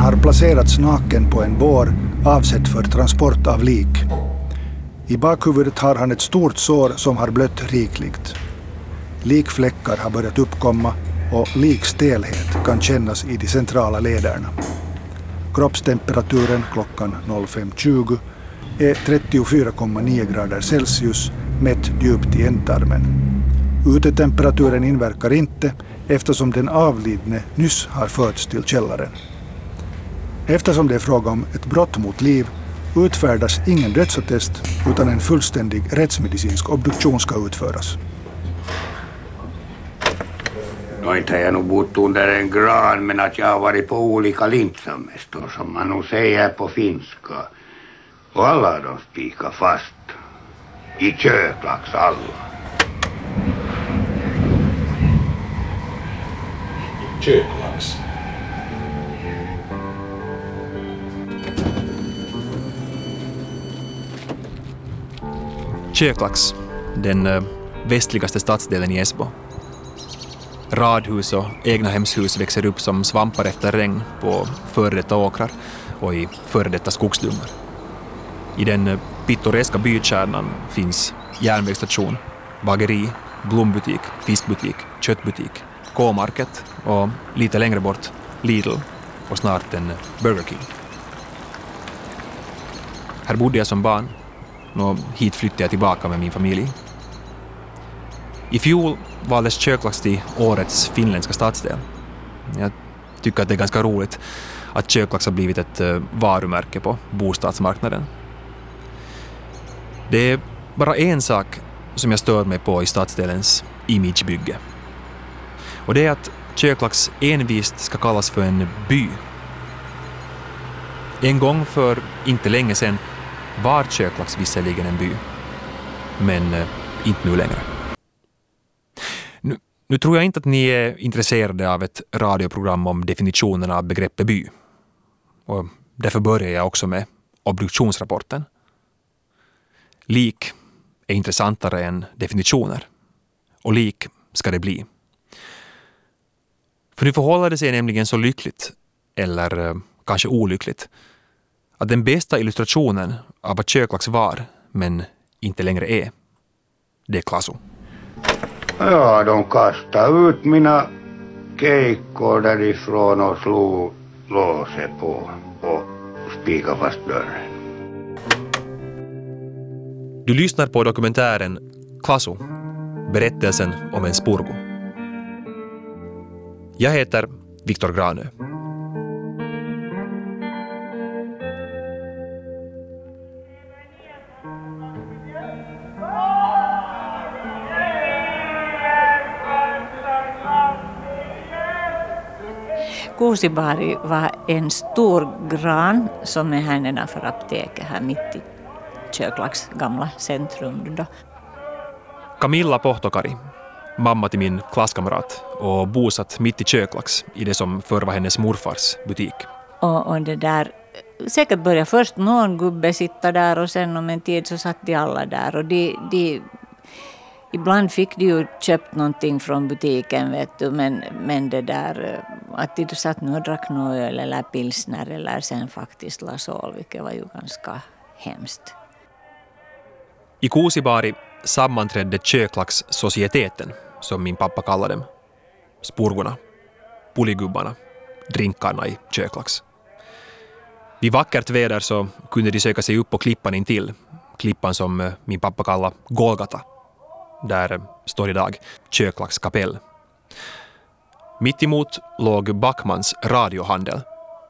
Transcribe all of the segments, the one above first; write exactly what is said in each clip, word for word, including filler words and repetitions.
har placerats naken på en bår avsedd för transport av lik. I bakhuvudet har han ett stort sår som har blött rikligt. Likfläckar har börjat uppkomma och likstelhet kan kännas i de centrala lederna. Kroppstemperaturen klockan fem tjugo är trettiofyra komma nio grader Celsius mätt djupt i ändtarmen. Utetemperaturen inverkar inte eftersom den avlidne nyss har förts till källaren. Eftersom det är fråga om ett brott mot liv utfärdas ingen dödsattest utan en fullständig rättsmedicinsk obduktion ska utföras. No inte har jag nog bott under en gran, men att jag har varit på olika lintsammästor som man nog säger på finska. Och alla de spikar fast. I köklax alla. I köklax? Köklax, den uh, västligaste stadsdelen i Esbo. Radhus och egna hemshus växer upp som svampar efter regn på före detta åkrar och i före detta skogsdungar. I den uh, pittoreska bykärnan finns järnvägsstation, bageri, blombutik, fiskbutik, köttbutik, K-market och lite längre bort Lidl och snart en Burger King. Här bodde jag som barn. Och hit flyttade jag tillbaka med min familj. I fjol valdes Köklax till årets finländska stadsdel. Jag tycker att det är ganska roligt att Köklax har blivit ett varumärke på bostadsmarknaden. Det är bara en sak som jag stör mig på i stadsdelens imagebygge. Och det är att Köklax envist ska kallas för en by. En gång för inte länge sedan var Köklax visserligen en by, men eh, inte nu längre. Nu, nu tror jag inte att ni är intresserade av ett radioprogram om definitionerna av begreppet by. Och därför börjar jag också med obduktionsrapporten. Lik är intressantare än definitioner. Och lik ska det bli. För nu förhåller det sig nämligen så lyckligt, eller eh, kanske olyckligt, att den bästa illustrationen av vad Köklax var, men inte längre är, det är Klasu. Ja, de kastade ut mina keikkor därifrån och slog låset på och spikade fast dörren. Du lyssnar på dokumentären Klasu, berättelsen om en spurgo. Jag heter Viktor Granö. Kuusibaari var en stor gran som är här nedanför apoteket här mitt i Köklax gamla centrum då. Camilla Pohtokari, mamma till min klasskamrat och bosatt mitt i Köklax i det som förr var hennes morfars butik. Och, och det där, säkert började först någon gubbe sitta där och sen om en tid så satt de alla där och de, de ibland fick de ju köpt någonting från butiken, vet du, men, men det där att de satt nu och drack något öl eller pilsner eller sen faktiskt lasol, vilket var ju ganska hemskt. I Kuusibaari sammanträdde Köklax-societeten, som min pappa kallade dem. Spurgorna, puligubbarna, drinkarna i Köklax. Vid vackert väder så kunde de söka sig upp på klippan intill, klippan som min pappa kallade Golgata. Där står idag Köklax kapell. Mitt emot låg Backmans radiohandel.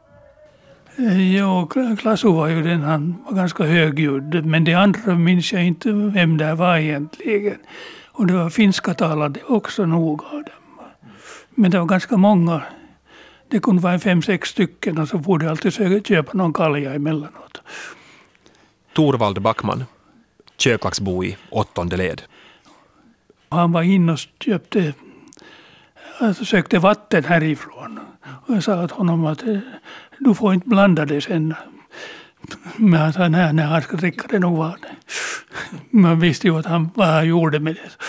Ja, Klasu var ju den, han var ganska högljudd, men det andra minns jag inte vem det var egentligen. Och det var finska talade också nog av dem. Men det var ganska många. Det kunde vara fem, sex stycken och så borde alltid söka köpa någon kalja emellanåt. Torvald Backman, Köklaxbo i åttonde led. Han var inne och köpte, alltså sökte vatten härifrån. Och jag sa åt honom att du får inte blanda det sen. Men han sa nej, nej, han ska dricka det nog var det. Man visste ju att han, vad han gjorde med det.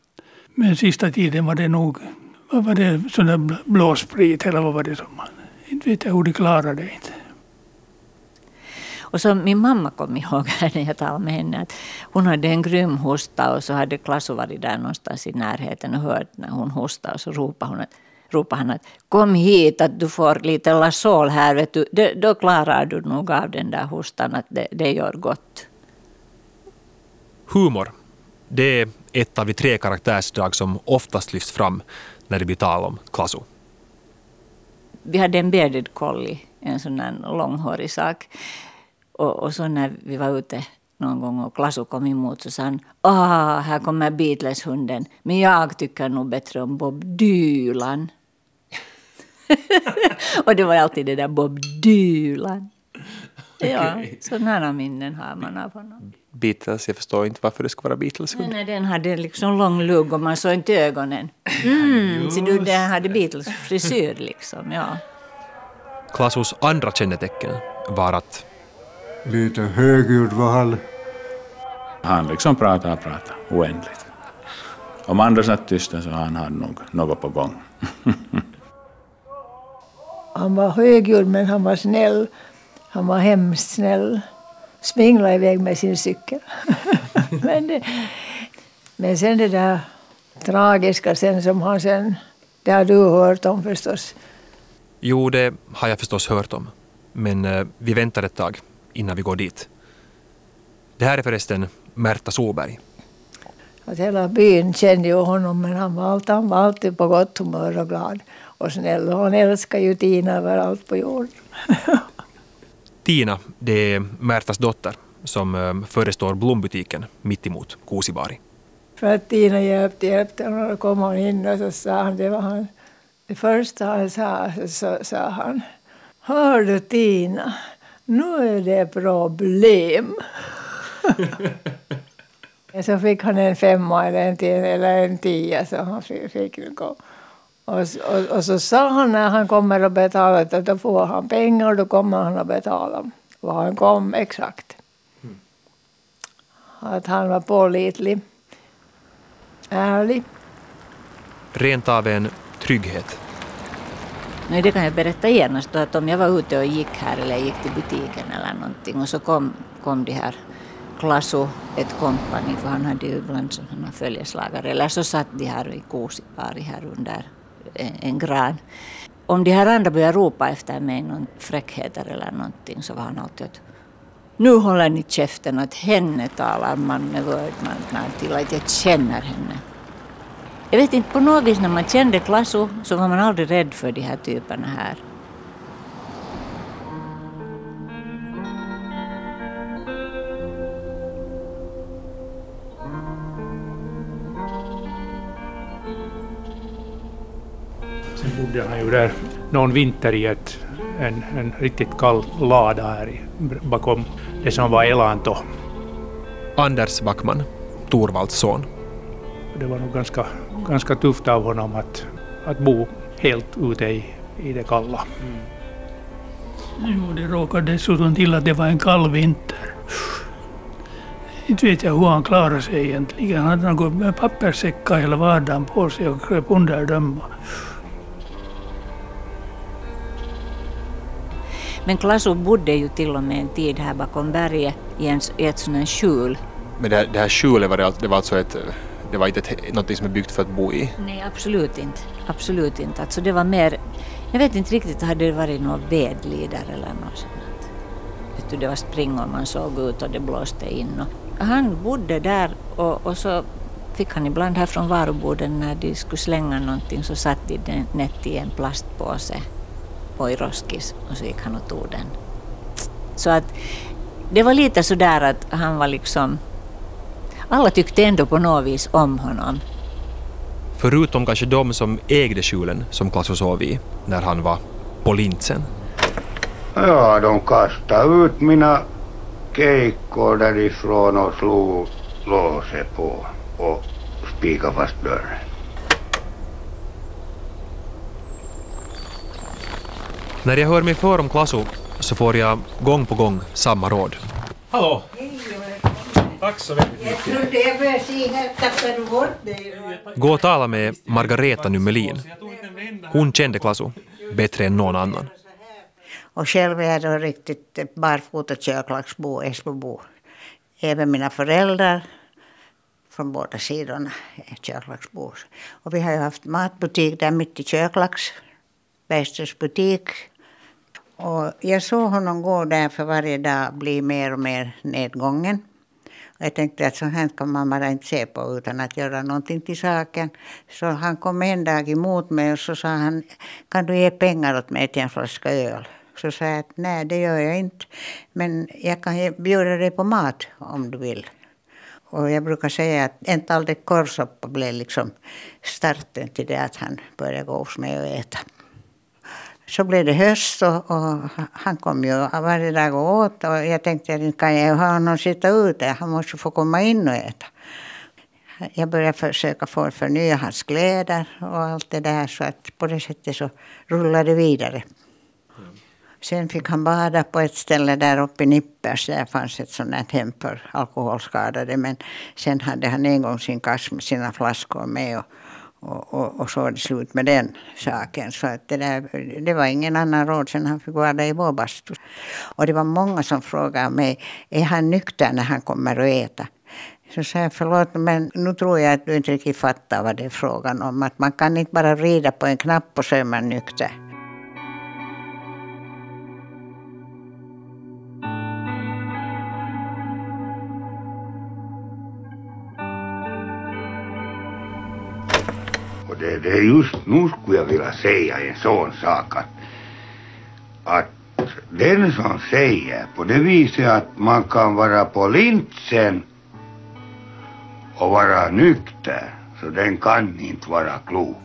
Men sista tiden var det nog, vad var det, sån där blåsprit eller vad var det som han Inte vet jag hur de klarade det inte. Och så min mamma kom ihåg när jag talade med henne att hon hade en grym hosta och så hade Klasu varit där någonstans i närheten och hört när hon hostade och så ropade, hon att, ropade han att kom hit att du får lite Lasol här, vet du. Då, då klarar du nog av den där hostan att det, det gör gott. Humor, det är ett av de tre karaktärsdrag som oftast lyfts fram när det blir tal om Klasu. Vi hade en bearded collie, en sån där långhårig sak. Och, och så när vi var ute någon gång och Klasu kom emot så sa han, ah, här kommer Beatles-hunden. Men jag tycker nog bättre om Bob Dylan. Och det var alltid det där Bob Dylan. Ja, okay. Sådana minnen har man av honom. Beatles, jag förstår inte varför det ska vara Beatles. Nej, nej, den hade liksom lång lugg och man såg inte ögonen. Mm, så du, den hade Beatles frisyr liksom, ja. Klasus andra kännetecken var att lite högljudd var han. Han liksom pratar och pratar oändligt. Om andra satt tysta så han hade nog något på gång. Han var högljudd men han var snäll. Han var hemskt snäll. Svinglade iväg med sin cykel. men, det, men sen det där tragiska sen som han sen, det har du hört om förstås. Jo, det har jag förstås hört om. Men eh, vi väntar ett tag innan vi går dit. Det här är förresten Märta Solberg. Att hela byn kände ju honom, men han var, alltid, han var alltid på gott humör och glad och snäll. Och han älskar ju Tina överallt på jorden. Tina, det är Märtas dotter som eh, förestår blombutiken mitt emot Kuusibaari. För att Tina hjälpte, hjälpte honom och kom han in och så sa han, det var han. Det första han sa, så sa han, hör du Tina, nu är det problem. Så fick han en femma eller en, tio, eller en tia så han fick, fick gå. Och, och, och så sa han när han kommer och betalar att då får han pengar och då kommer han att betala. Och han kom exakt. Mm. Att han var pålitlig, ärlig. Rent av en trygghet. Nej, det kan jag berätta genast att om jag var ute och gick här eller gick till butiken eller någonting och så kom, kom de här Klasu, ett kompani, för han hade ju ibland sådana följeslagare, eller så satt de här i Kuusibaari här under en, en gran. Om de här andra började ropa efter mig någon fräckheter eller någonting så var han alltid att nu håller ni käften, att henne talar man med vördnad till att jag känner henne. Jag vet inte, på något vis när man kände Klasu så var man aldrig rädd för de här typerna här. Sen bodde han ju där någon vinter i ett, en, en riktigt kall lada här i, bakom det som var Elanto. Anders Backman, Torvalds son. Det var nog ganska, ganska tufft av honom att, att bo helt ute i, i det kalla. Mm. Jo, det råkade dessutom till att det var en kall vinter. Inte vet jag hur han klarade sig egentligen. Han hade gått med papperssäckar hela vardagen på sig och kröp under dem. Men Klasu bodde ju till och med en tid här bakom berget i, en, i ett sådant skjul. Men det här, det här skjulet var, det, det var alltså ett, det var inte ett, något som är byggt för att bo i? Nej, absolut inte. Absolut inte. Alltså det var mer, jag vet inte riktigt, hade det varit någon vedlider eller något sånt. Vet du, det var springor man såg ut och det blåste in. Och han bodde där och, och så fick han ibland här från varuboden när de skulle slänga någonting så satt de den nätt i en plastpåse på i roskis och så gick han och tog den. Så att det var lite sådär att han var liksom, alla tyckte ändå på något vis om honom. Förutom kanske de som ägde skjulen som Klasu sov i när han var på Lintsen. Ja, de kastade ut mina keikkor därifrån och slog låset på och spikade fast dörren. När jag hör mig för om Klasu så får jag gång på gång samma råd. Hallå! Tack så mycket. Gå och tala med Margareta Nummelin. Hon kände Klasu bättre än någon annan. Och själv är jag då riktigt barfota köklagsbo, Esbobo. Även mina föräldrar från båda sidorna är köklagsbor. Och vi har ju haft matbutik där mitt i Köklax, Bergströms butik. Och jag såg honom gå där för varje dag bli mer och mer nedgången. Och jag tänkte att så här kan man bara inte se på utan att göra någonting till saken. Så han kom en dag emot mig och så sa han, kan du ge pengar åt mig till en flaska öl? Så sa jag att nej, det gör jag inte. Men jag kan bjuda dig på mat om du vill. Och jag brukar säga att en tallrik korvsoppa blev liksom starten till det att han började gå hos mig och äta. Så blev det höst och, och han kom ju varje dag och åt. Och jag tänkte att inte kan jag ha honom sitta ute. Han måste få komma in och äta. Jag började försöka få förnya hans kläder och allt det där. Så att på det sättet så rullade det vidare. Sen fick han bada på ett ställe där uppe i Nippers. Där fanns ett sånt här hem för alkoholskadade. Men sen hade han en gång sin kass med sina flaskor med. Och, och, och, och så var det slut med den saken. Så att det, där, det var ingen annan råd sen han fick vara där i vår bastu. Och det var många som frågade mig, är han nykter när han kommer att äta? Så sa jag, förlåt, men nu tror jag att du inte riktigt fattar vad det är frågan om. Att man kan inte bara vrida på en knapp och så är man nykter. Det, det är just nu skulle jag vilja säga en sån sak att, att den som säger på det viset att man kan vara på linsen och vara nykter, så den kan inte vara klok.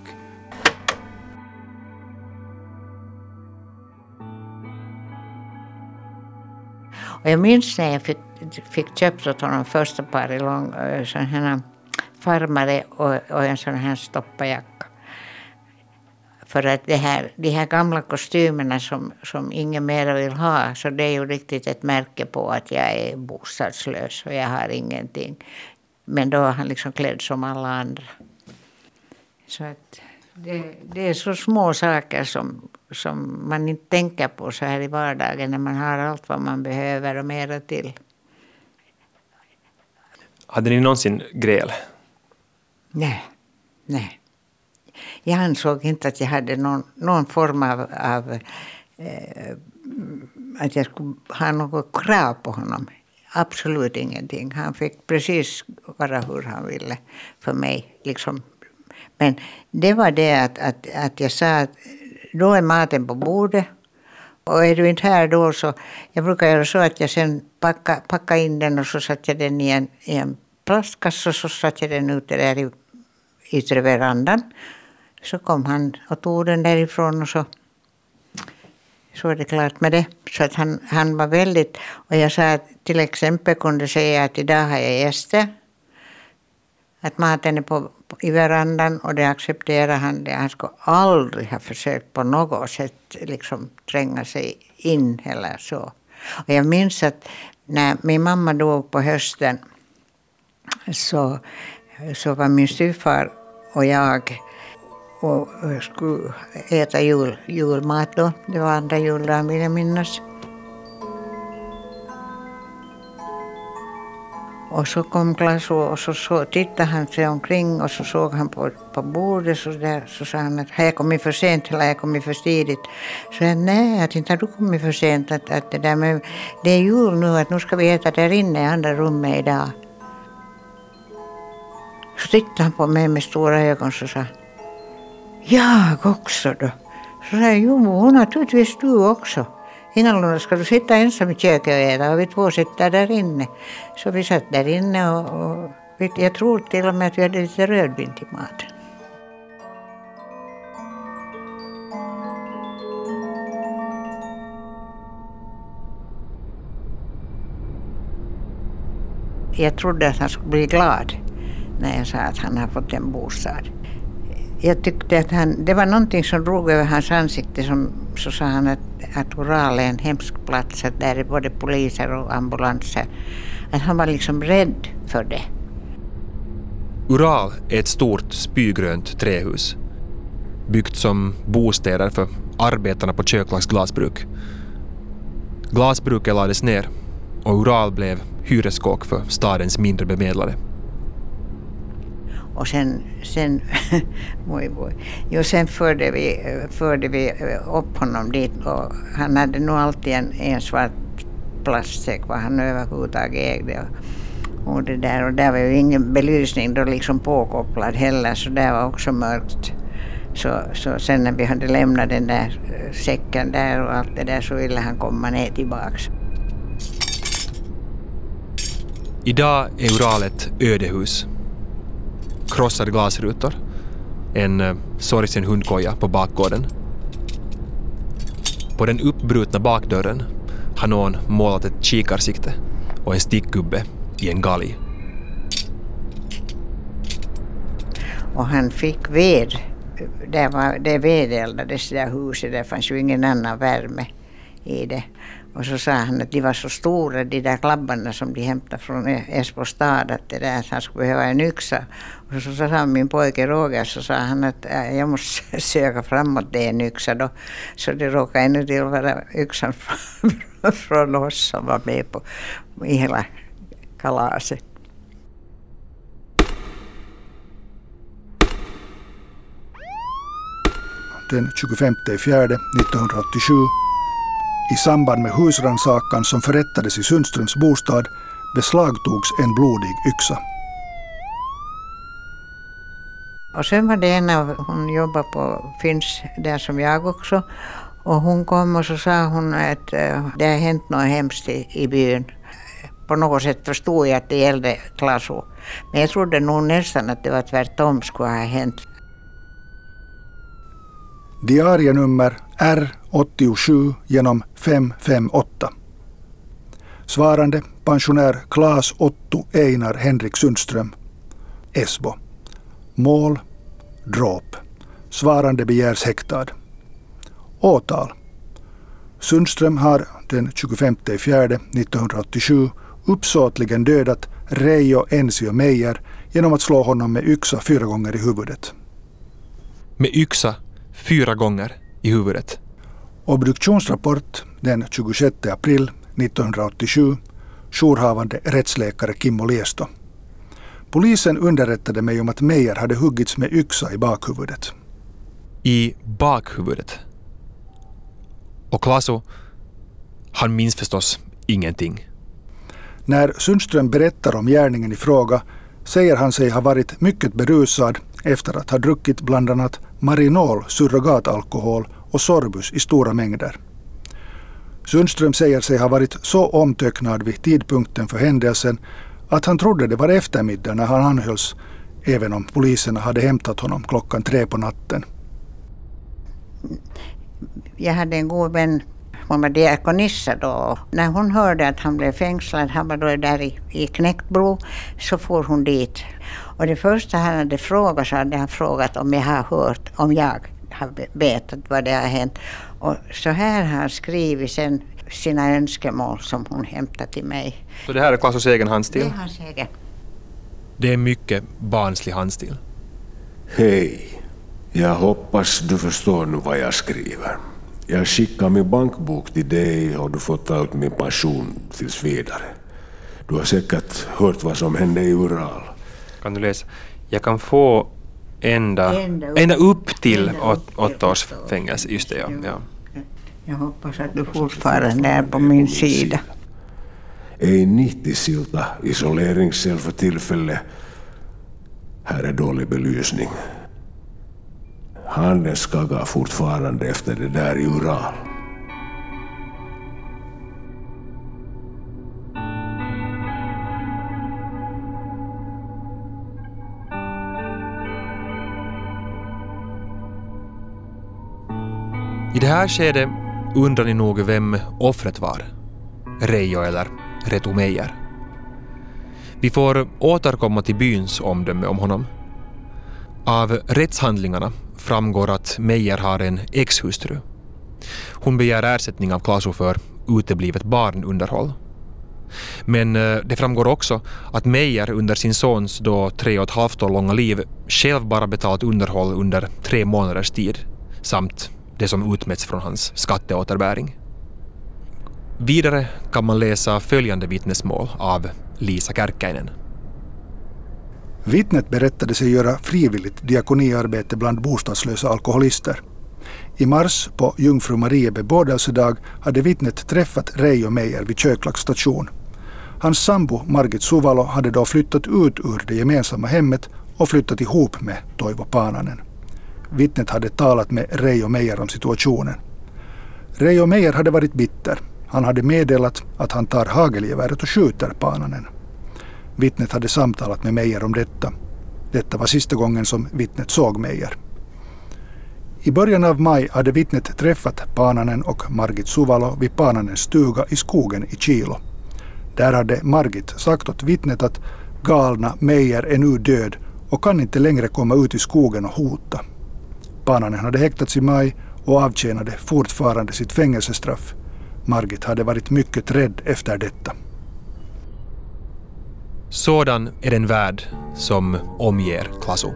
Och jag minns när jag fick, fick köpt åt honom första par i lång, sån här farmare och, och en sån här stoppajacka. För att det här, de här gamla kostymerna som, som ingen mer vill ha, så det är ju riktigt ett märke på att jag är bostadslös och jag har ingenting. Men då är han liksom klädd som alla andra. Så att det, det är så små saker som, som man inte tänker på så här i vardagen när man har allt vad man behöver och mera till. Hade ni någonsin gräl? Nej, nej. Jag ansåg inte att jag hade någon, någon form av, av eh, att jag skulle ha något krav på honom. Absolut ingenting. Han fick precis vara hur han ville för mig. Liksom. Men det var det att, att, att jag sa att då är maten på bordet. Och är du inte här då så, jag brukar göra så att jag sen packa, packa in den och så satt jag den i en, i en plastkasse och så satt jag den ute där i yttre verandan. Så kom han och tog den därifrån och så, så är det klart med det. Så att han, han var väldigt, och jag sa att till exempel kunde säga att idag har jag gäster. Att maten är på, på, i verandan och det accepterar han. Det. Han skulle aldrig ha försökt på något sätt liksom tränga sig in eller så. Och jag minns att när min mamma dog på hösten så, så var min styvfar och jag och skulle äta jul, julmat då. Det var andra juldagen vill jag minnas. Och så kom Klas och så, så tittade han sig omkring och så såg han på, på bordet så, där, så sa han att har jag kommit för sent eller har jag kommit för tidigt. Så jag nej, att inte har du kommit för sent. Att, att det, där med, det är jul nu, att nu ska vi äta där inne i andra rummet idag. Så tittade han på mig med stora ögon och sa jag också då. Så sa jag, jo naturligtvis du också. Ingalunda ska du sitta ensam i köket och äta och vi två sitter där inne. Så vi satt där inne och, och jag tror till och med att vi hade lite rödvin till maten. Jag trodde att han skulle bli glad när jag sa att han har fått en bostad. Jag tyckte att han, det var någonting som drog över hans ansikte som så sa han att, att Ural är en hemsk plats, att där är både poliser och ambulanser. Att han var liksom rädd för det. Ural är ett stort spygrönt trähus byggt som bostäder för arbetarna på Köklags glasbruk. Glasbruket lades ner och Ural blev hyreskåk för stadens mindre bemedlade. Och sen, sen, oj, oj. Jo, sen förde vi, förde vi upp honom dit och han hade nog alltid en, en svart plastsäck vad han överhuvudtaget ägde. Och, och, det där, och där var ju ingen belysning då liksom påkopplad heller så där var också mörkt. Så, så sen när vi hade lämnat den där säcken där och allt det där så ville han komma ner tillbaks. Idag är Ural ett ödehus. Krossade glasrutor, en uh, sorgsen hundkoja på bakgården. På den uppbrutna bakdörren har någon målat ett kikarsikte och en stickgubbe i en galg. Och han fick ved. Det, var, det vedeldades det där huset, det fanns ju ingen annan värme i det. Och så sa han att de var så stora, de där klabbarna som de hämtade från Esbo stad, att det där, att han skulle behöva en yxa. Och så sa min pojke Roger, så sa han att äh, jag måste söka framåt det en yxa då. Så det råkade ännu till att vara yxan från, från oss som var med på i hela kalaset. Den tjugofemte fjärde nittonhundraåttiosju i samband med husrannsakan som förrättades i Sundströms bostad beslagtogs en blodig yxa. Och sen var det en av, hon jobbade på Finns där som jag också. Och hon kom och så sa hon att uh, det har hänt något hemskt i, i byn. På något sätt förstod jag att det gällde Klasu. Men jag trodde nog nästan att det var tvärtom skulle ha hänt. Diarienummer R åttiosju genom fem fem åtta. Svarande pensionär Claes Otto Einar Henrik Sundström. Esbo. Mål. Dråp. Svarande begärs häktad. Åtal. Sundström har den tjugofemte fjärde nittonhundraåttiosju uppsåtligen dödat Reijo Ensio Meijer genom att slå honom med yxa fyra gånger i huvudet. Med yxa fyra gånger i huvudet. Obduktionsrapport den tjugosjätte april nittonhundraåttiosju. Jourhavande rättsläkare Kimmo Liesto. Polisen underrättade mig om att Meijer hade huggits med yxa i bakhuvudet. I bakhuvudet. Och Klasu, han minns förstås ingenting. När Sundström berättar om gärningen i fråga säger han sig ha varit mycket berusad efter att ha druckit bland annat Marinol, surrogatalkohol och sorbus i stora mängder. Sundström säger sig ha varit så omtöcknad vid tidpunkten för händelsen att han trodde det var eftermiddag när han anhölls, även om poliserna hade hämtat honom klockan tre på natten. Jag hade en god vän, hon var diakonissa då. När hon hörde att han blev fängslad, han var då där i, i Knäktbro, så får hon dit. Och det första han hade frågat så hade han frågat om jag har hört, om jag har vetat vad det har hänt. Och så här har han skrivit sen sina önskemål som hon hämtat till mig. Så det här är Klasus egen handstil? Det är hans egen. Det är mycket barnslig handstil. Hej, jag hoppas du förstår nu vad jag skriver. Jag skickar min bankbok till dig och du får ta ut min pension tills vidare. Du har säkert hört vad som hände i Ural. Kan du läsa? Jag kan få ända, ända, upp, ända upp till ända upp åt, åtta års fängelse. Just det, ja. ja. Jag hoppas att du fortfarande är på min sida. Ei nihtisilta isoleringscell för tillfälle. Här är dålig belysning. Handen skaggar fortfarande efter det där i Ural. I det här skedet undrar ni nog vem offret var. Reijo eller Retu Meijer. Vi får återkomma till byns omdöme om honom. Av rättshandlingarna framgår att Meijer har en ex-hustru. Hon begär ersättning av Klasu för uteblivet barnunderhåll. Men det framgår också att Meijer under sin sons då tre och ett halvt år långa liv själv bara betalat underhåll under tre månaders tid samt det som utmätts från hans skatteåterbäring. Vidare kan man läsa följande vittnesmål av Liisa Kärkkäinen. Vittnet berättade sig göra frivilligt diakoniarbete bland bostadslösa alkoholister. I mars på Jungfru Marie bebådelsedag hade vittnet träffat Reijo Meijer vid Tjöklax station. Hans sambo Margit Suvalo hade då flyttat ut ur det gemensamma hemmet och flyttat ihop med Toivo Paananen. Vittnet hade talat med Reijo Meijer om situationen. Reijo Meijer hade varit bitter. Han hade meddelat att han tar hagelgeväret och skjuter Paananen. Vittnet hade samtalat med Meijer om detta. Detta var sista gången som vittnet såg Meijer. I början av maj hade vittnet träffat Paananen och Margit Suvalo vid Paananens stuga i skogen i Kilo. Där hade Margit sagt åt vittnet att galna Meijer är nu död och kan inte längre komma ut i skogen och hota. Paananen hade häktats i maj och avtjänade fortfarande sitt fängelsestraff. Margit hade varit mycket rädd efter detta. Sådan är den värld som omger Klasu.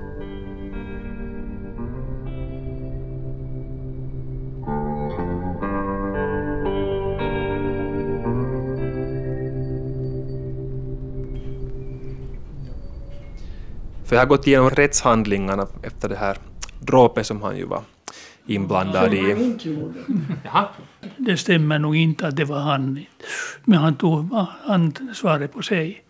För jag har gått igenom rättshandlingarna efter det här dråpet som han ju var inblandad i. Jaha. Det stämmer nog inte att det var han. Men han tog ansvaret på sig.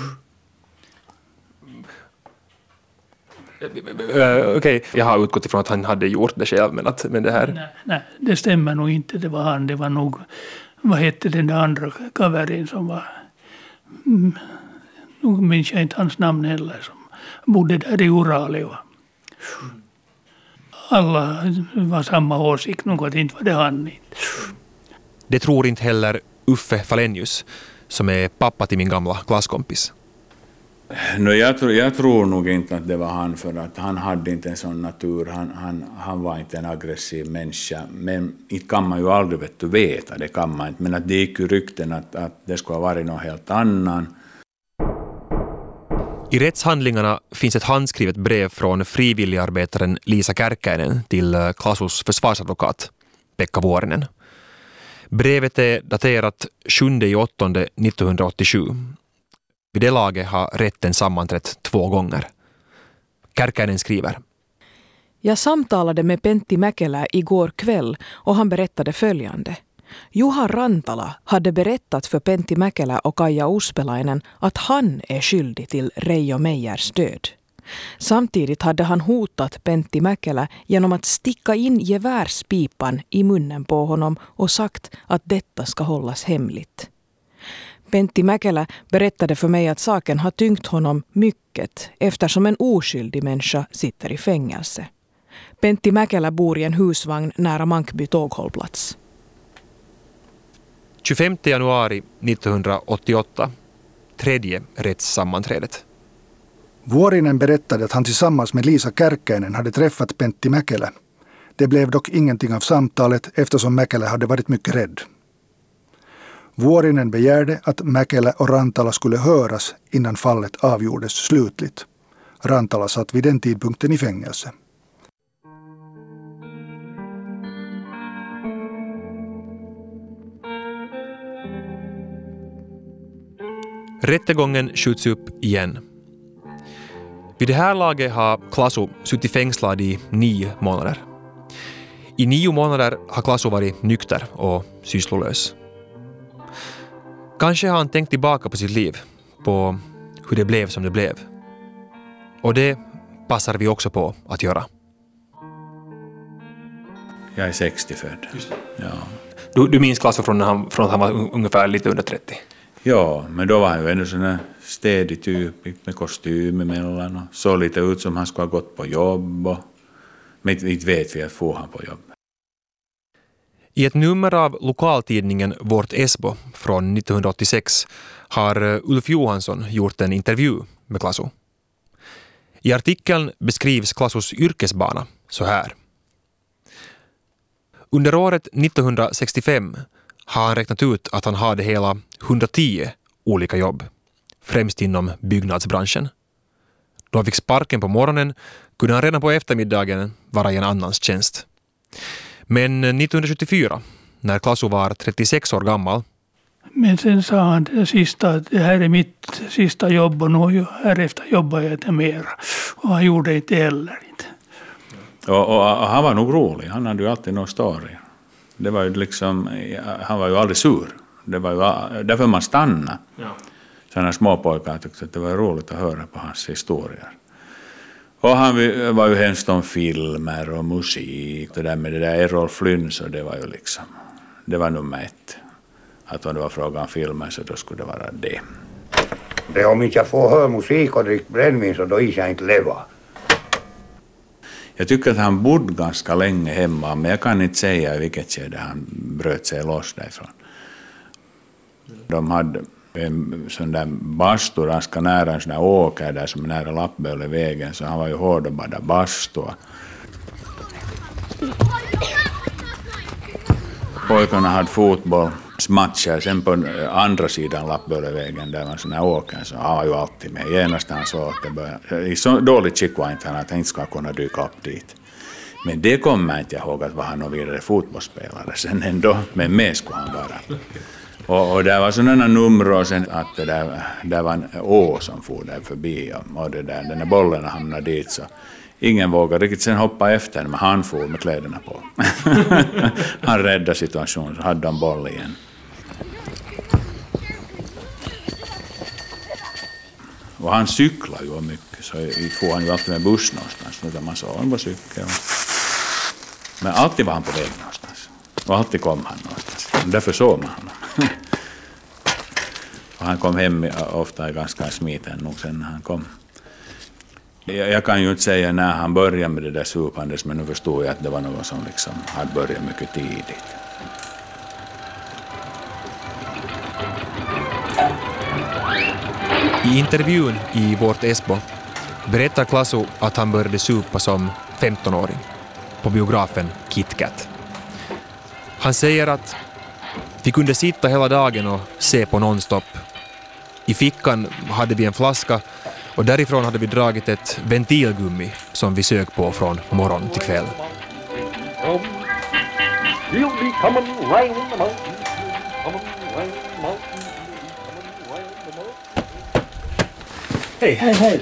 Okej, okay. Jag har utgått ifrån att han hade gjort det själv, men, att, men det här... Nej, nej, det stämmer nog inte. Det var han. Det var nog, vad hette den där andra kaverin som var... Mm, nog minns jag inte hans namn heller, som bodde där i Uraleva. Alla var samma åsikt, något inte var det han. Det tror inte heller Uffe Falenius, som är pappa till min gamla klasskompis. No, jag, tror, jag tror nog inte att det var han, för att han hade inte en sån natur. Han, han, han var inte en aggressiv människa. Men inte kan man ju aldrig vet du veta, det kan man inte. Men att det gick ju rykten att, att det skulle ha varit något helt annan. I rättshandlingarna finns ett handskrivet brev från frivilligarbetaren Liisa Kärkkäinen till Klasus försvarsadvokat Pekka Vuorinen. Brevet är daterat sjunde augusti nittonhundraåttiosju. Vid det laget har rätten sammanträtt två gånger. Kärkkäinen skriver: Jag samtalade med Pentti Mäkelä igår kväll och han berättade följande. Juha Rantala hade berättat för Pentti Mäkelä och Kaija Uspelainen att han är skyldig till Reijo Meijers död. Samtidigt hade han hotat Pentti Mäkelä genom att sticka in gevärspipan i munnen på honom och sagt att detta ska hållas hemligt. Pentti Mäkelä berättade för mig att saken har tyngt honom mycket eftersom en oskyldig människa sitter i fängelse. Pentti Mäkelä bor i en husvagn nära Mankby tåghållplats. tjugofemte januari nittonhundraåttioåtta, tredje rättssammanträdet. Vuorinen berättade att han tillsammans med Liisa Kärkkäinen hade träffat Pentti Mäkelä. Det blev dock ingenting av samtalet eftersom Mäkelä hade varit mycket rädd. Vuorinen begärde att Mäkelä och Rantala skulle höras innan fallet avgjordes slutligt. Rantala satt vid den tidpunkten i fängelse. Rättegången skjuts upp igen. Vid det här laget har Klasu suttit fängslad i nio månader. I nio månader har Klasu varit nykter och sysslolös. Kanske har han tänkt tillbaka på sitt liv, på hur det blev som det blev. Och det passar vi också på att göra. Jag är sextio född. Ja. Du, du minns Klasu från, han, från att han var ungefär lite under trettio? Ja, men då var han ju ändå sån här städig typ med kostym emellan och såg lite ut som han skulle ha gått på jobb. Och, men inte vet vi att få han på jobb. I ett nummer av lokaltidningen Vårt Esbo från nittonhundraåttiosex har Ulf Johansson gjort en intervju med Klasu. I artikeln beskrivs Klasus yrkesbana så här. Under året nittonhundrasextiofem har han räknat ut att han hade hela hundratio olika jobb, främst inom byggnadsbranschen. Då han fick sparken på morgonen kunde han redan på eftermiddagen vara i en annans tjänst. Men nittonhundrasjuttiofyra, när Klasu var trettiosex år gammal, Men sen sa han det sista att det här är mitt sista jobb och nu härefter jobbar jag inte mer. Och han gjorde inte heller inte. Och, och, och han var nog rolig, han hade ju alltid någon story. Det var ju liksom, han var ju aldrig sur. Det var ju därför man stannade. Ja. Sådana småpojkar tyckte att det var roligt att höra på hans historier. Och han var ju hemskt om filmer och musik. Det där med det där Errol Flynn, så det var ju liksom, det var nummer ett. Att om det var frågan om filmer så då skulle det vara det. Det om inte jag får höra musik och drick brännvin så då is jag inte leva. Jag tycker att han bodde ganska länge hemma, men jag kan inte säga i vilket skede han bröt sig loss därifrån. De hade en sån där bastu ganska nära en sån där åker där som är nära Lappbölevägen, så han var ju hård och badade bastu. Pojkarna hade fotbollsmatcher, sen på andra sidan Lappbölevägen där var en sån här åker, så han var ju alltid med. Genast han såg att det började, i så dåligt skick var inte han att han inte ska kunna dyka upp dit. Men det kommer jag inte ihåg att var han någon vidare fotbollsspelare sen ändå, men med skulle han vara. Och, och det var sådana nummer och sen att det där, där var en å som for där förbi och, och det där, den där bollen hamnade dit så ingen vågade riktigt sen hoppa efter men han for med kläderna på. Han räddade situationen så hade de boll igen. Och han cyklade ju mycket så får han ju alltid med buss någonstans. Nu man såg han på cykel. Men alltid var han på väg någonstans. Och alltid kom han någonstans. Därför såg man honom. Och han kom hem ofta ganska smiten nog sen när han kom. Jag, jag kan ju inte säga när han började med det där supandes, men nu förstod jag att det var något som liksom hade börjat mycket tidigt. I intervjun i Vårt Esbo berättar Klasu att han började supa som femtonåring på biografen KitKat. Han säger att vi kunde sitta hela dagen och se på nonstop. I fickan hade vi en flaska och därifrån hade vi dragit ett ventilgummi som vi sög på från morgon till kväll. Hej, hej, hej.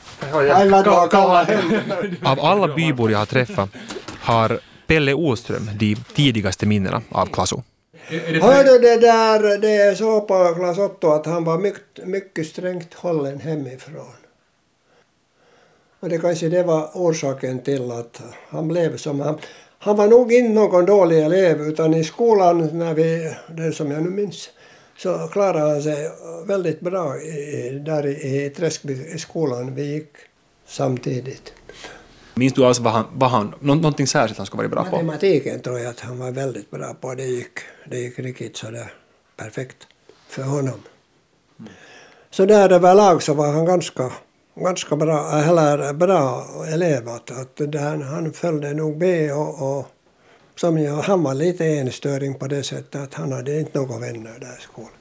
Av alla bybor jag har träffat har Pelle Åström de tidigaste minnena av Klasu. Hörde det där, det är så på Klas Otto att han var mycket, mycket strängt hållen hemifrån. Och det kanske det var orsaken till att han blev som han. Han var nog inte någon dålig elev utan i skolan, när vi, det som jag nu minns, så klarade han sig väldigt bra i, där i, i Träskby i skolan. Vi gick samtidigt. Minns du alltså vad han, vad han, någonting särskilt han skulle vara bra på? Matematiken tror jag att han var väldigt bra på. Det gick, det gick riktigt sådär perfekt för honom. Mm. Så där överlag så var han ganska, ganska bra, eller bra elev. Att, att där, han följde nog B och, och som jag, han var lite enstöring på det sättet att han hade inte några vänner där i skolan.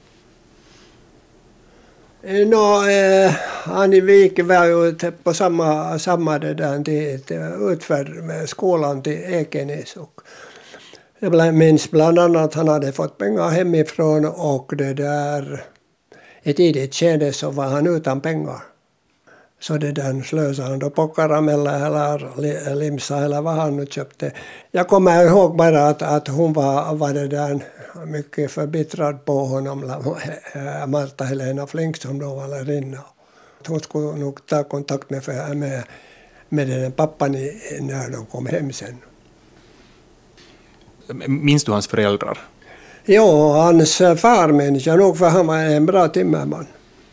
Nå, eh, han gick ju på samma, samma det där till, till utfärd med skolan till Ekenäs. Och jag minns bland annat att han hade fått pengar hemifrån och det där i tidigt skede så var han utan pengar. Så det där slösade han då på karameller eller limsa eller vad han nu köpte. Jag kommer ihåg bara att, att hon var, var det där mycket förbittrad på honom, Marta Helena Flink som då var lärarinna. Hon skulle nog ta kontakt med, med, med den pappan när de kom hem sen. Minns du hans föräldrar? Jo, hans far minns jag nog för han var en bra timmerman.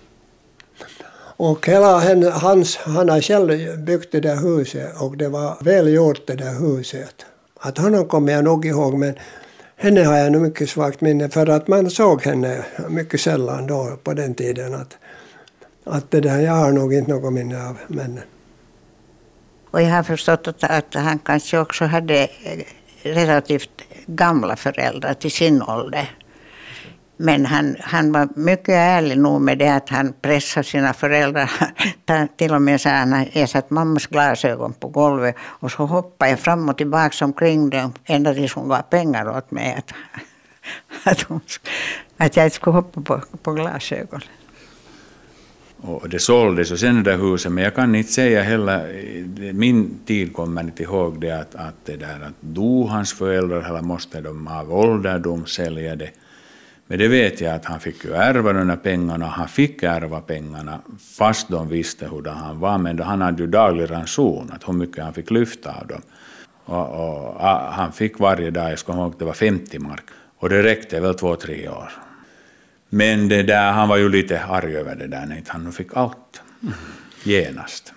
Och hela hans, han har själv byggt det där huset och det var väl gjort det där huset. Att honom kommer jag nog ihåg men henne har jag nog mycket svagt minne för att man såg henne mycket sällan då på den tiden. Att, att det där, jag har nog inte något minne av männen. Och jag har förstått att, att han kanske också hade relativt gamla föräldrar till sin ålder. Men han, han var mycket ärlig nog med det att han pressade sina föräldrar. Till och med så han, jag satt mammas glasögon på golvet och så hoppade jag fram och tillbaka omkring dem ända tills hon gav pengar åt mig. Att, att, hon, att jag skulle hoppa på, på glasögon. Och det såldes och sen det där huset, men jag kan inte säga heller, min tid kommer inte ihåg det att, att det där att dog hans föräldrar eller måste de av ålderdom sälja det. Men det vet jag att han fick ju ärva de där pengarna, han fick ärva pengarna fast de visste hur han var, men han hade ju daglig ranson, att hur mycket han fick lyfta av dem. Och, och han fick varje dag, jag ska ihåg det var femtio mark, och det räckte väl två, tre år. Men det där, han var ju lite arg över det där, när han fick allt genast.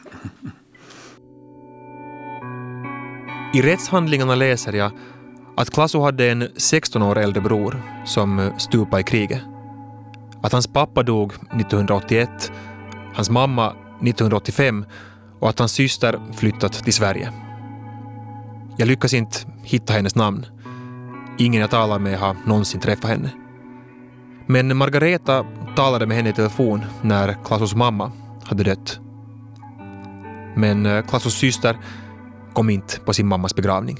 I rättshandlingarna läser jag att Klasu hade en sexton år äldre bror som stupade i kriget. Att hans pappa dog nittonhundraåttioett, hans mamma nittonhundraåttiofem och att hans syster flyttat till Sverige. Jag lyckas inte hitta hennes namn. Ingen jag talar med har någonsin träffat henne. Men Margareta talade med henne i telefon när Klasus mamma hade dött. Men Klasus syster kom inte på sin mammas begravning.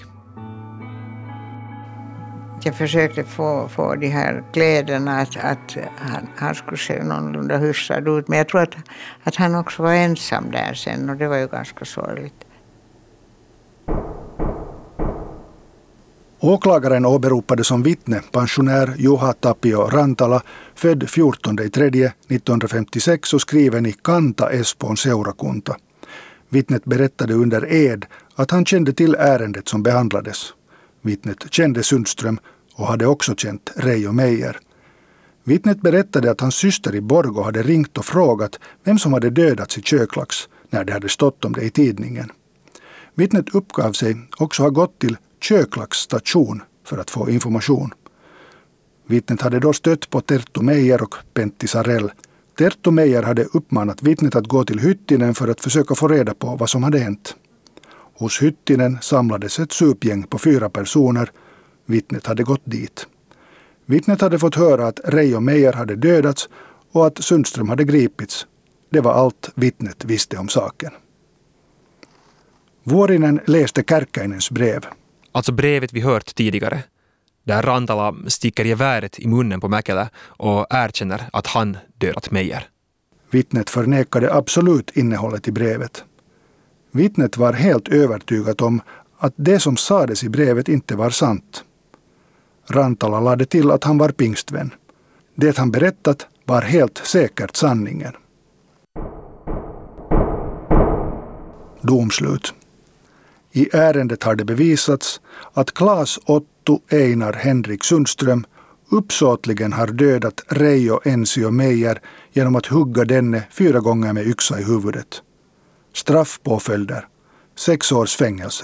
Jag försökte få, få de här kläderna att, att han, han skulle se någorlunda hyfsad ut. Men jag tror att, att han också var ensam där sen och det var ju ganska sorgligt. Åklagaren åberopade som vittne pensionär Juha Tapio Rantala, född fjortonde tredje nittonhundrafemtiosex och skriven i Kanta Espoon seurakunta. Vittnet berättade under ed att han kände till ärendet som behandlades. Vittnet kände Sundström och hade också känt Reijo Meijer. Vittnet berättade att hans syster i Borgå hade ringt och frågat vem som hade dödats i Köklax när det hade stått om det i tidningen. Vittnet uppgav sig också ha gått till Köklax station för att få information. Vittnet hade då stött på Terttu Meijer och Pentti Sarell. Terttu Meijer hade uppmanat vittnet att gå till Hyttinen för att försöka få reda på vad som hade hänt. Hos Hyttinen samlades ett supgäng på fyra personer. Vittnet hade gått dit. Vittnet hade fått höra att Reijo Meijer hade dödats och att Sundström hade gripits. Det var allt vittnet visste om saken. Vuorinen läste Kärkkäinens brev. Alltså brevet vi hört tidigare, där Rantala sticker geväret i munnen på Mäkelä och erkänner att han dödat Meijer. Vittnet förnekade absolut innehållet i brevet. Vittnet var helt övertygat om att det som sades i brevet inte var sant. Rantala lade till att han var pingstvän. Det han berättat var helt säkert sanningen. Domslut. I ärendet har det bevisats att Claes Otto Einar Henrik Sundström uppsåtligen har dödat Reijo Ensio Meijer genom att hugga denne fyra gånger med yxa i huvudet. Straffpåföljder. Sex års fängelse.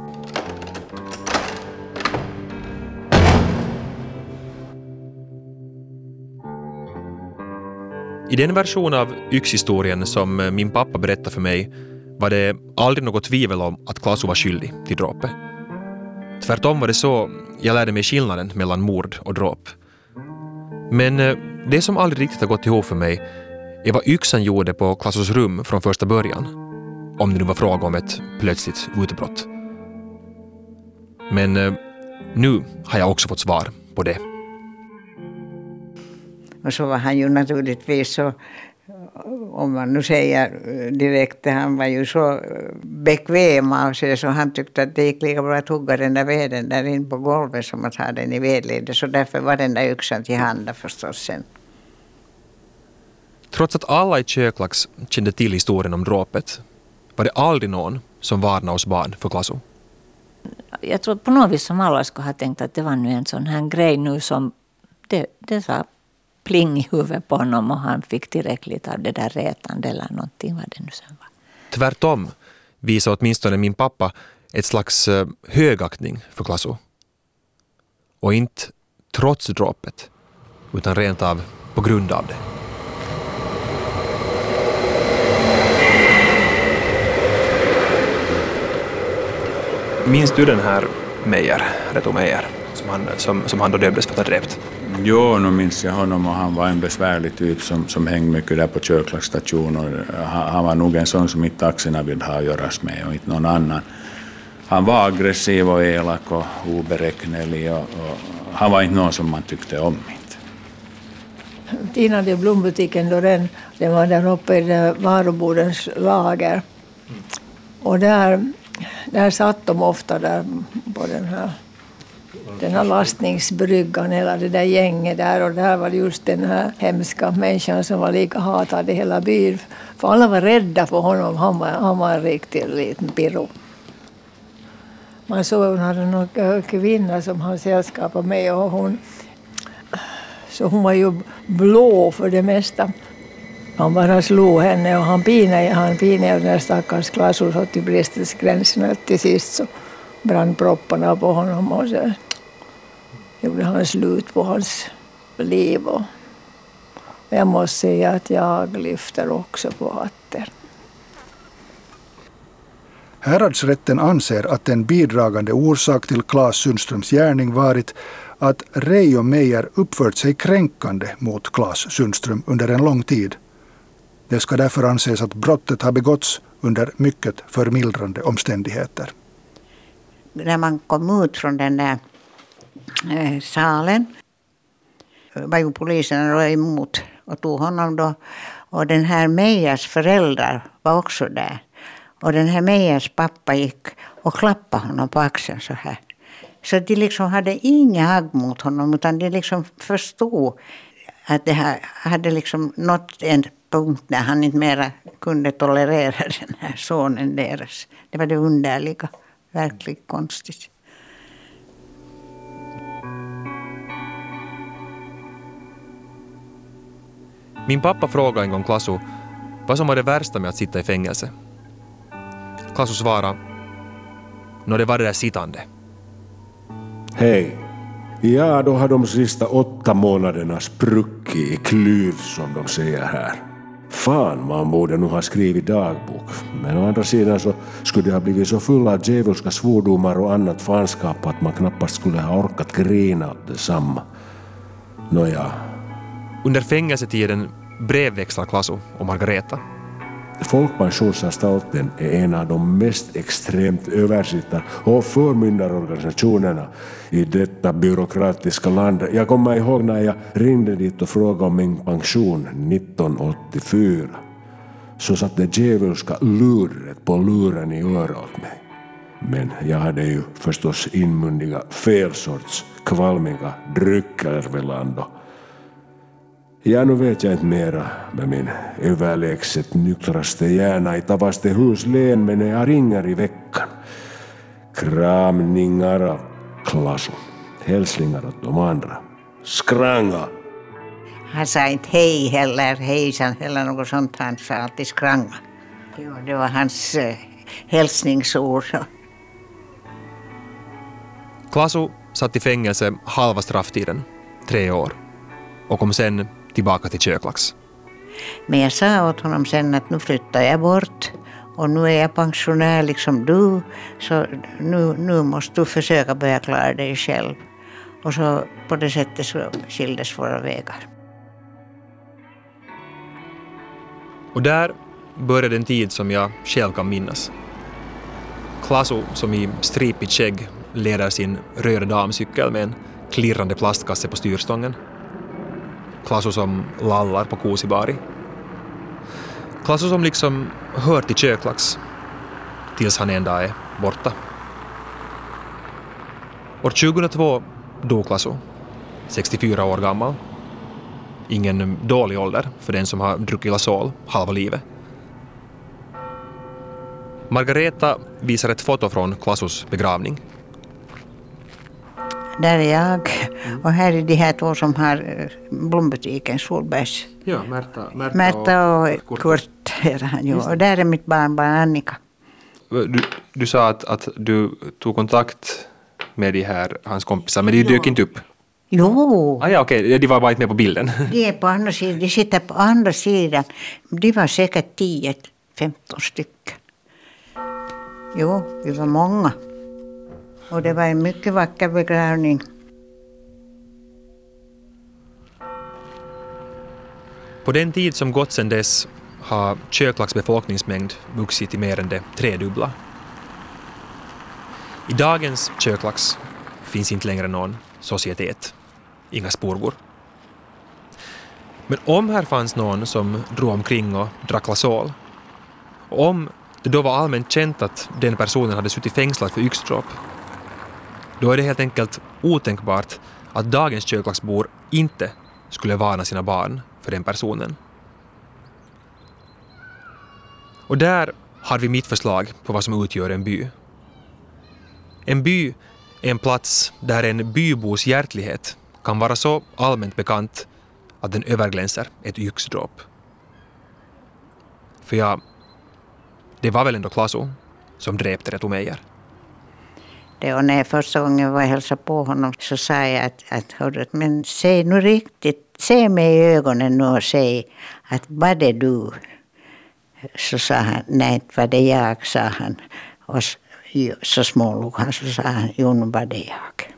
I den version av yxhistorien som min pappa berättade för mig var det aldrig något tvivel om att Klasu var skyldig till dråpet. Tvärtom var det så jag lärde mig skillnaden mellan mord och dråp. Men det som aldrig riktigt har gått ihop för mig är vad yxan gjorde på Klasus rum från första början, om det nu var fråga om ett plötsligt utbrott. Men nu har jag också fått svar på det. Och så var han ju naturligtvis så, om man nu säger direkt, han var ju så bekväm av sig så han tyckte att det gick lika bra att hugga den där veden där in på golvet som att ha den i vedledet. Så därför var den där yxan till handa förstås sen. Trots att alla i Köklax kände till historien om dråpet var det aldrig någon som varnade oss barn för Klasu. Jag tror på något vis som alla skulle ha tänkt att det var nu en sån här grej nu som det, det sa pling i huvudet på honom och han fick tillräckligt av det där retande eller någonting vad det nu sen var. Tvärtom visade åtminstone min pappa ett slags högaktning för Klasu. Och inte trots dråpet utan rent av på grund av det. Minns du den här Meijer, Reto Meijer, som han, som, som han då dömdes för att ha dräpt? Jo, nu minns jag honom och han var en besvärlig typ som, som hängde mycket där på Köklax station. Och han, han var nog en sån som inte taxierna vill ha att göras med och inte någon annan. han var aggressiv och elak och oberäknelig och, och han var inte någon som man tyckte om. Innan det blombutiken då den, den var där uppe i det varubordens lager. Och där, där satt de ofta där på den här, den här lastningsbryggan, hela det där gänget där. Och där var det just den här hemska människan som var lika hatad i hela byn. För alla var rädda för honom, han var, han var en riktig liten pirro. Man såg att hon hade någon kvinna som hade sällskap med och hon... Så hon var ju blå för det mesta. Han bara slog henne och han pinade, han pinade den där stackars Klasu så till bristelsgränsen. Till sist så brann propparna på honom och så gjorde han slut på hans liv. Och jag måste säga att jag lyfter också på hatten. Häradsrätten anser att en bidragande orsak till Claes Sundströms gärning varit att Reijo Meijer uppfört sig kränkande mot Claes Sundström under en lång tid. Det ska därför anses att brottet har begåtts under mycket förmildrande omständigheter. När man kom ut från den där eh, salen var ju polisen då emot och tog honom då. Och den här Meijers föräldrar var också där. Och den här Meijers pappa gick och klappade honom på axeln så här. Så de liksom hade inga hagg mot honom utan de liksom förstod att det här hade liksom nått en punkt där han inte mera kunde tolerera den här sonen deras. Det var det underliga, verkligen konstigt. Min pappa frågade en gång Klasu vad som var det värsta med att sitta i fängelse. Klasu svarade, nå det var det där sittande. Hej. Ja, då har de sista åtta månaderna spruckit i klyv som de säger här. Fan, man borde nog ha skrivit dagbok. Men å andra sidan så skulle det ha blivit så full av djävulska svordomar och annat fanskap att man knappast skulle ha orkat grina åt detsamma. Nåja. Under fängelsetiden brevväxlar Klasu och Margareta. Folkpensionsanstalten är en av de mest extremt översittar- och förmyndarorganisationerna i detta byråkratiska land. Jag kommer ihåg när jag ringde dit och frågade om min pension nittonhundraåttiofyra. Så satt det djävulska luret på luren i örat åt mig. Men jag hade ju förstås inmundiga fel sorts kvalmiga drycker väl ändå. Ja, nu vet jag inte mera med min överlägset nyktraste hjärna i Tavastehus län, men jag ringer i veckan. Kramningar av Klasu. Hälsningar åt de andra. Skranga! Han sa inte hej heller, hejsan eller något sånt. Han sa alltid skranga. Jo, det var hans eh, hälsningsord. Klasu satt i fängelse halva strafftiden, tre år, och kom sen tillbaka till Köklax. Men jag sa åt honom sen att nu flyttar jag bort och nu är jag pensionär liksom du, så nu, nu måste du försöka börja klara dig själv. Och så på det sättet så skildes våra vägar. Och där började en tid som jag själv kan minnas. Klasu som i stripigt skägg leder sin röda damcykel med en klirrande plastkasse på styrstången. Klasu som lallar på Kuusibari. Klasu som liksom hör till Köklax tills han en dag är borta. År tjugohundratvå dog Klasu, sextiofyra år gammal. Ingen dålig ålder för den som har druckit Lasol halva livet. Margareta visar ett foto från Klasus begravning. Där är jag och här är de här två som har blombutiken Solbergs. Ja, Märta, Märta, Märta och, och Kurt är han ju. Och där är mitt barnbarn Annika. Du, du sa att, att du tog kontakt med de här, hans kompisar, men de dök inte upp. Jo. Ah, ja, okej, okay. De var bara inte med på bilden. De är på andra sidan, de sitter på andra sidan. De var säkert tio femton stycken. Jo, vi var många. Och det var en mycket vacker begravning. På den tid som gått sedan dess har Köklax befolkningsmängd vuxit till mer än det tredubbla. I dagens Köklax finns inte längre någon societet, inga spurgor. Men om här fanns någon som drog omkring och drack lasol, och om det då var allmänt känt att den personen hade suttit fängslad för yxdråp, då är det helt enkelt otänkbart att dagens Köklaxbor inte skulle varna sina barn för den personen. Och där har vi mitt förslag på vad som utgör en by. En by är en plats där en bybos hjärtlighet kan vara så allmänt bekant att den överglänser ett yxdråp. För ja, det var väl ändå Klasu som dräpte Reto Meijer. Det, och när jag första gången var och hälsade på honom så sa jag att, att hörru, men säg nu riktigt, se mig i ögonen nu och säg att var det du? Så sa han, nej, var det jag, sa han. Och så, så smålog han, så sa han, jo, nu var det jag.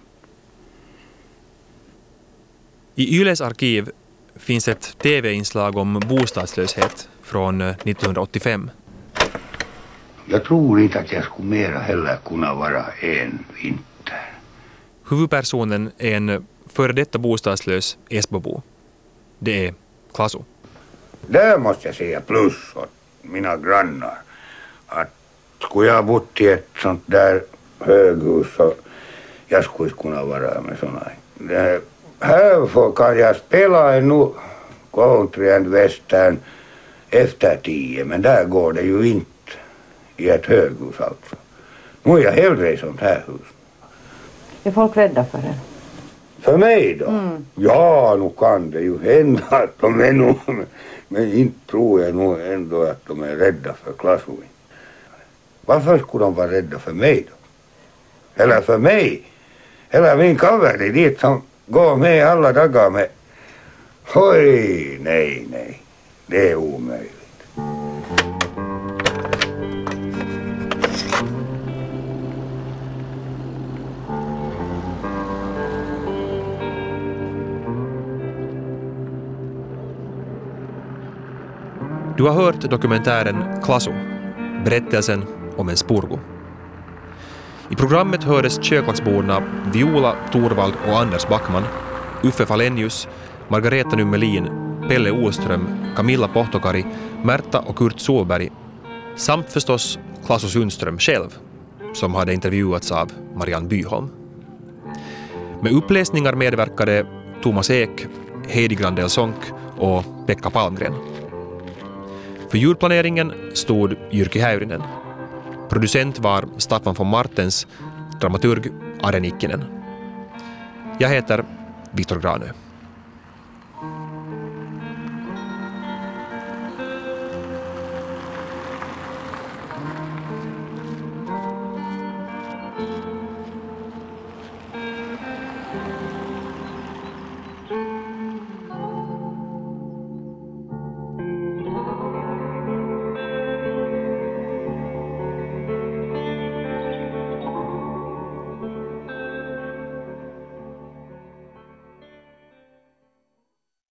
I Yles arkiv finns ett tv-inslag om bostadslöshet från nittonhundraåttiofem. Jag tror inte att jag skulle mera heller kunna vara en vinter. Huvudpersonen är en före detta bostadslös Esbobo. Det är Klasu. Där måste jag säga plus åt mina grannar. Att skulle jag bott i ett sånt där höghus så jag skulle kunna vara med såna. Det, här får, kan jag spela en nu country and western efter tio, men där går det ju inte i ett höghus alltså. Nu är jag hellre i sånt här hus. Är folk rädda för det? För mig då? Mm. Ja, nu kan det ju hända att de är nog, men inte tror jag nog ändå att de är rädda för Klasu. Varför skulle de vara rädda för mig då? Eller för mig? Eller min kaveri dit som går med alla dagar med. Oj, nej, nej. Det är omöjligt. Du har hört dokumentären Klasu, berättelsen om en spurgo. I programmet hördes Köklaxborna Viola, Torvald och Anders Backman, Uffe Falenius, Margareta Nummelin, Pelle Åström, Camilla Pohtokari, Märta och Kurt Solberg, samt förstås Klasu Sundström själv, som hade intervjuats av Marianne Byholm. Med uppläsningar medverkade Thomas Ek, Heidi Grandel Sonck och Pekka Palmgren. För ljudplaneringen stod Jyrki Häyrinen. Producent var Staffan von Martens, dramaturg Are Nikkinen. Jag heter Viktor Granö.